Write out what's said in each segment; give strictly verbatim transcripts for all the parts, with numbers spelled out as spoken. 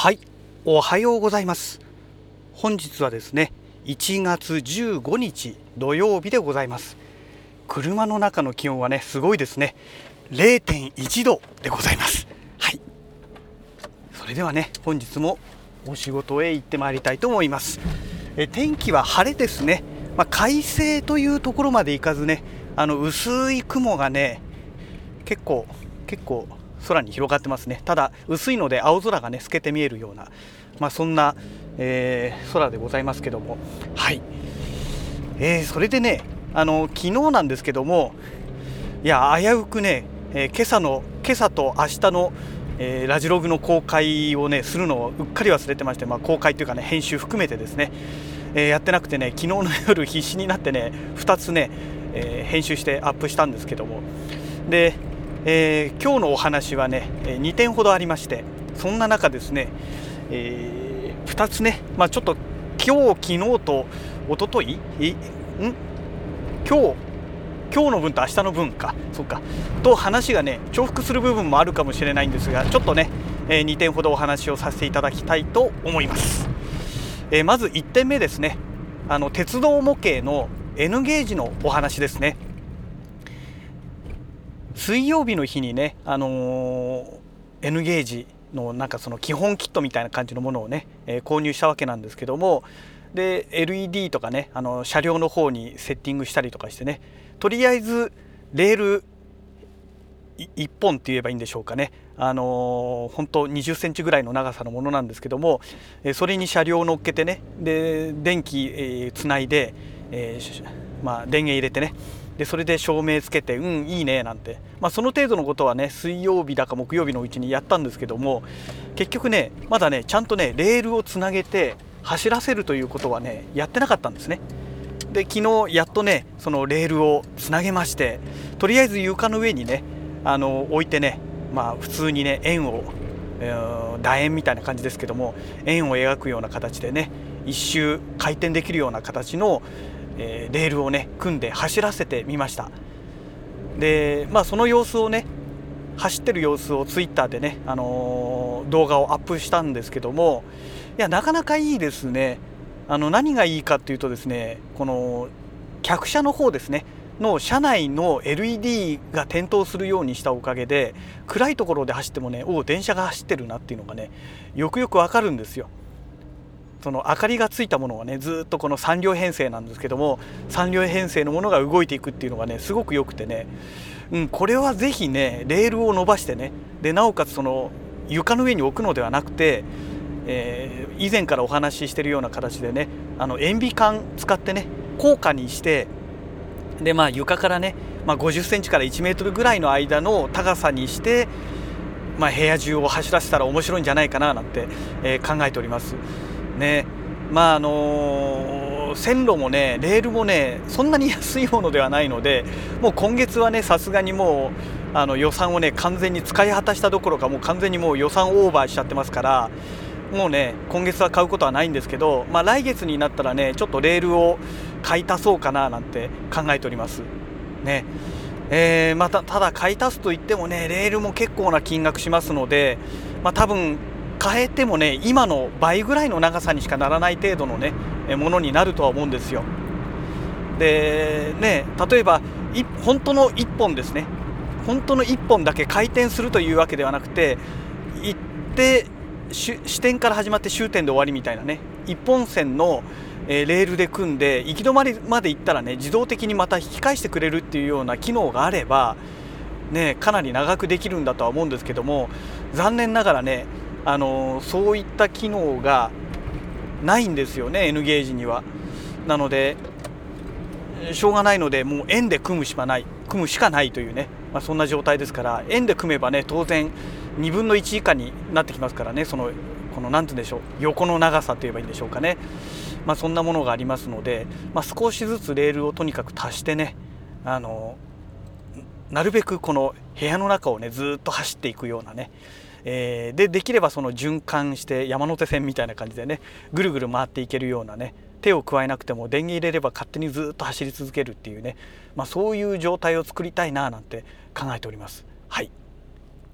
はい、おはようございます。本日はですね、いちがつじゅうごにち土曜日でございます。車の中の気温はね、すごいですね。れいてんいちどでございます。はい。それではね、本日もお仕事へ行ってまいりたいと思います。え天気は晴れですね。まあ、快晴というところまでいかずね、あの薄い雲がね、結構結構空に広がってますね。ただ薄いので青空がね透けて見えるような、まあ、そんな、えー、空でございますけども、はい、えー、それでね、あの昨日なんですけども、いや危うくね、えー、今朝の今朝と明日の、えー、ラジログの公開をねするのをうっかり忘れてまして、まあ、公開というかね編集含めてですね、えー、やってなくてね、昨日の夜必死になってねふたつね、えー、編集してアップしたんですけども、でえー、今日のお話はねにてんほどありまして、そんな中ですね、えー、ふたつね、まあ、ちょっと今日昨日と一昨日いん今日今日の分と明日の分かそうかと話がね重複する部分もあるかもしれないんですが、ちょっとね、えー、にてんほどお話をさせていただきたいと思います。えー、まずいってんめですね。あの鉄道模型の N ゲージのお話ですね。水曜日の日にね、あのー、N ゲージのなんかその基本キットみたいな感じのものをね、えー、購入したわけなんですけども、で エルイーディー とかね、あの車両の方にセッティングしたりとかしてね、とりあえずレールいっぽんって言えばいいんでしょうかね、あのー、本当にじゅっセンチぐらいの長さのものなんですけども、えー、それに車両を乗っけてね、で電気、えー、つないで、えーまあ、電源入れてね、でそれで照明つけて、うんいいねなんて、まあ、その程度のことはね水曜日だか木曜日のうちにやったんですけども、結局ねまだねちゃんとねレールをつなげて走らせるということはねやってなかったんですね。で昨日やっとねそのレールをつなげまして、とりあえず床の上にねあの置いてね、まあ普通にね円を、えー、楕円みたいな感じですけども、円を描くような形でね一周回転できるような形のえー、レールをね組んで走らせてみました。でまあその様子をね走ってる様子をツイッターでね、あのー、動画をアップしたんですけども、いやなかなかいいですね。あの何がいいかっていうとですね、この客車の方ですねの車内の エルイーディー が点灯するようにしたおかげで、暗いところで走ってもね、おお電車が走ってるなっていうのがねよくよくわかるんですよ。その明かりがついたものはねずっとこのさんりょう編成なんですけども、さんりょう編成のものが動いていくっていうのがねすごくよくてね、うん、これはぜひねレールを伸ばしてね、でなおかつその床の上に置くのではなくて、えー、以前からお話ししているような形でね、あの塩ビ管使ってね高架にして、でまあ床からね、まあ、ごじゅっセンチからいちメートルぐらいの間の高さにして、まあ、部屋中を走らせたら面白いんじゃないかななんて、えー、考えておりますね。まああのー、線路もねレールもねそんなに安いものではないので、もう今月はねさすがにもうあの予算をね完全に使い果たしたどころか、もう完全にもう予算オーバーしちゃってますから、もうね今月は買うことはないんですけど、まあ、来月になったらねちょっとレールを買い足そうかななんて考えておりますね。えー、またただ買い足すといってもねレールも結構な金額しますので、まあ、多分変えてもね今の倍ぐらいの長さにしかならない程度のねものになるとは思うんですよ。でね、例えば本当のいっぽんですね、本当のいっぽんだけ回転するというわけではなくて、行って支点から始まって終点で終わりみたいなねいっぽん線のレールで組んで行き止まりまで行ったらね自動的にまた引き返してくれるっていうような機能があればねかなり長くできるんだとは思うんですけども、残念ながらねあのそういった機能がないんですよね N ゲージには。なのでしょうがないので、もう円で組むしかない組むしかないというね、まあ、そんな状態ですから、円で組めばね当然にぶんのいち以下になってきますからね、そのこの何て言うんでしょう、横の長さといえばいいんでしょうかね、まあ、そんなものがありますので、まあ、少しずつレールをとにかく足してね、あのなるべくこの部屋の中をねずっと走っていくようなね、えー、でできればその循環して山手線みたいな感じでねぐるぐる回っていけるようなね、手を加えなくても電源入れれば勝手にずっと走り続けるっていうね、まあ、そういう状態を作りたいななんて考えております。はい、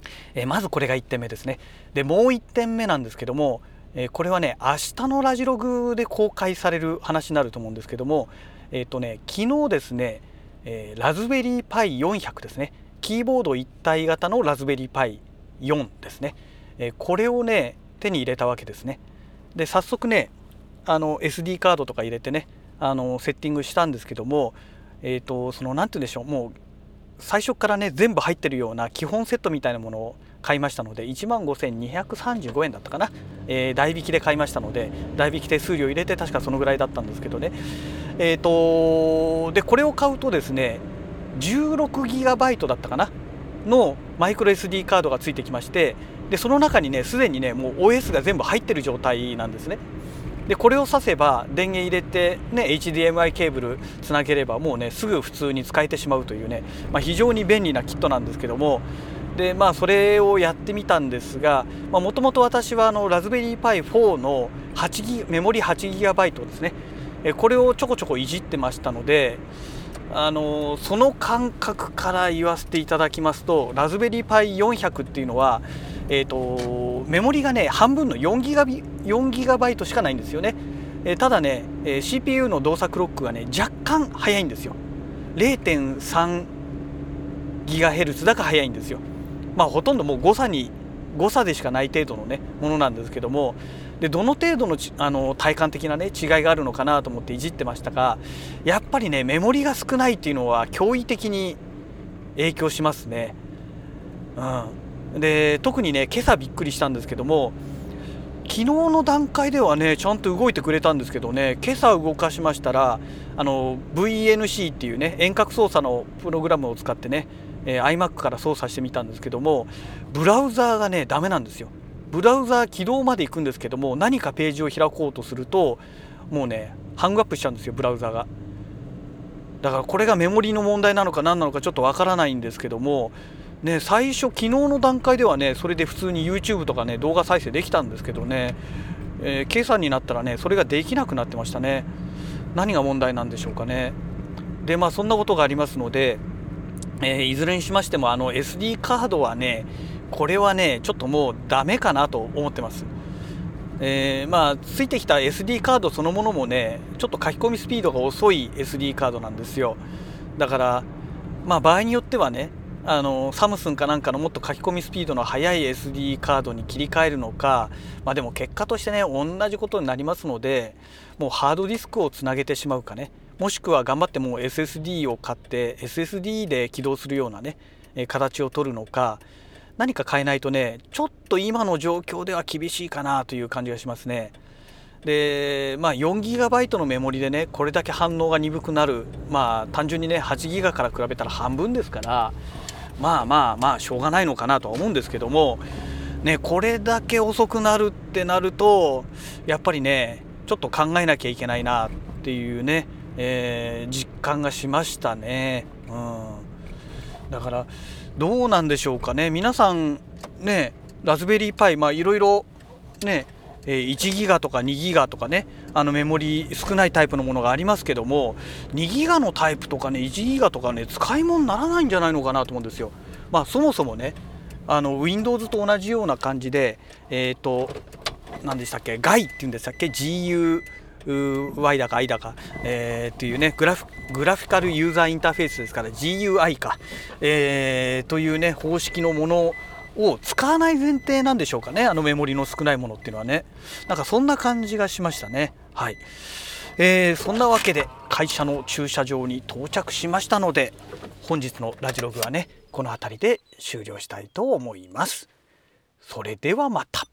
えー、まずこれがいってんめですね。でもういってんめなんですけども、えー、これはね明日のラジログで公開される話になると思うんですけども、えっとね昨日ですね、えー、ラズベリーパイよんひゃくですね、キーボード一体型のラズベリーパイよんですね、えー、これをね手に入れたわけですね。で早速ねあの エスディー カードとか入れてねあのセッティングしたんですけども、えーとそのなんて言うんでしょう、もう最初からね全部入ってるような基本セットみたいなものを買いましたのでいちまんごせんにひゃくさんじゅうごえんだったかな、えー、代引きで買いましたので、代引き手数料入れて確かそのぐらいだったんですけどね、えーとでこれを買うとですね じゅうろくギガバイト だったかなのマイクロ エスディー カードがついてきまして、でその中にねすでにねもう オーエス が全部入ってる状態なんですね。でこれを挿せば電源入れて、ね、エイチディーエムアイ ケーブルつなげればもうねすぐ普通に使えてしまうというね、まあ、非常に便利なキットなんですけども、でまあそれをやってみたんですが、もともと私はあのラズベリーパイフォーのはちギガメモリ はちギガバイト ですね、これをちょこちょこいじってましたので、あのその感覚から言わせていただきますと、ラズベリーパイよんひゃくっていうのは、えーとメモリがね半分のよんギガバイトしかないんですよね。えー、ただね シーピーユー の動作クロックがね若干速いんですよ。 れいてんさんギガヘルツ だか速いんですよ。まあほとんどもう誤差に誤差でしかない程度のねものなんですけども、でどの程度のあの体感的なね違いがあるのかなと思っていじってましたが、やっぱりねメモリが少ないっていうのは驚異的に影響しますね。うん、で特にね今朝びっくりしたんですけども、昨日の段階ではねちゃんと動いてくれたんですけどね、今朝動かしましたらあの ブイエヌシー っていうね遠隔操作のプログラムを使ってね、えー、iMac から操作してみたんですけども、ブラウザーがねダメなんですよ。ブラウザー起動まで行くんですけども、何かページを開こうとするともうねハングアップしちゃうんですよ、ブラウザーが。だからこれがメモリの問題なのか何なのかちょっとわからないんですけどもね、最初昨日の段階ではねそれで普通に YouTube とかね動画再生できたんですけどね、えー、今朝になったらねそれができなくなってましたね。何が問題なんでしょうかね。でまあそんなことがありますので、えー、いずれにしましてもあの エスディー カードはねこれはねちょっともうダメかなと思ってます。えー、まあついてきた エスディー カードそのものもねちょっと書き込みスピードが遅い エスディー カードなんですよ。だからまあ場合によってはねあのサムスンかなんかのもっと書き込みスピードの速い エスディー カードに切り替えるのか、まあでも結果としてね同じことになりますので、もうハードディスクをつなげてしまうかね、もしくは頑張ってもう エスエスディー を買って エスエスディー で起動するようなね形を取るのか、何か変えないとねちょっと今の状況では厳しいかなという感じがしますね。でまあ よんギガバイト のメモリでねこれだけ反応が鈍くなる、まあ単純にねはちギガから比べたら半分ですから、まあまあまあしょうがないのかなとは思うんですけどもね、これだけ遅くなるってなるとやっぱりねちょっと考えなきゃいけないなっていうね、えー、実感がしましたね。うん、だからどうなんでしょうかね、皆さんねラズベリーパイまあいろいろねいちギガとかにギガとかねあのメモリ少ないタイプのものがありますけども、にギガのタイプとかねいちギガとかね使い物にならないんじゃないのかなと思うんですよ。まあそもそもねあの Windows と同じような感じでえっと何でしたっけ ジーユーアイ っていうんでしたっけ ジーユーワイ だか I だか、えー、っていうねグラフグラフィカルユーザーインターフェースですから ジーユーアイ か、えー、というね方式のものを使わない前提なんでしょうかね、あのメモリの少ないものっていうのはね、なんかそんな感じがしましたね。はい、えー、そんなわけで会社の駐車場に到着しましたので、本日のラジログはねこの辺りで終了したいと思います。それではまた。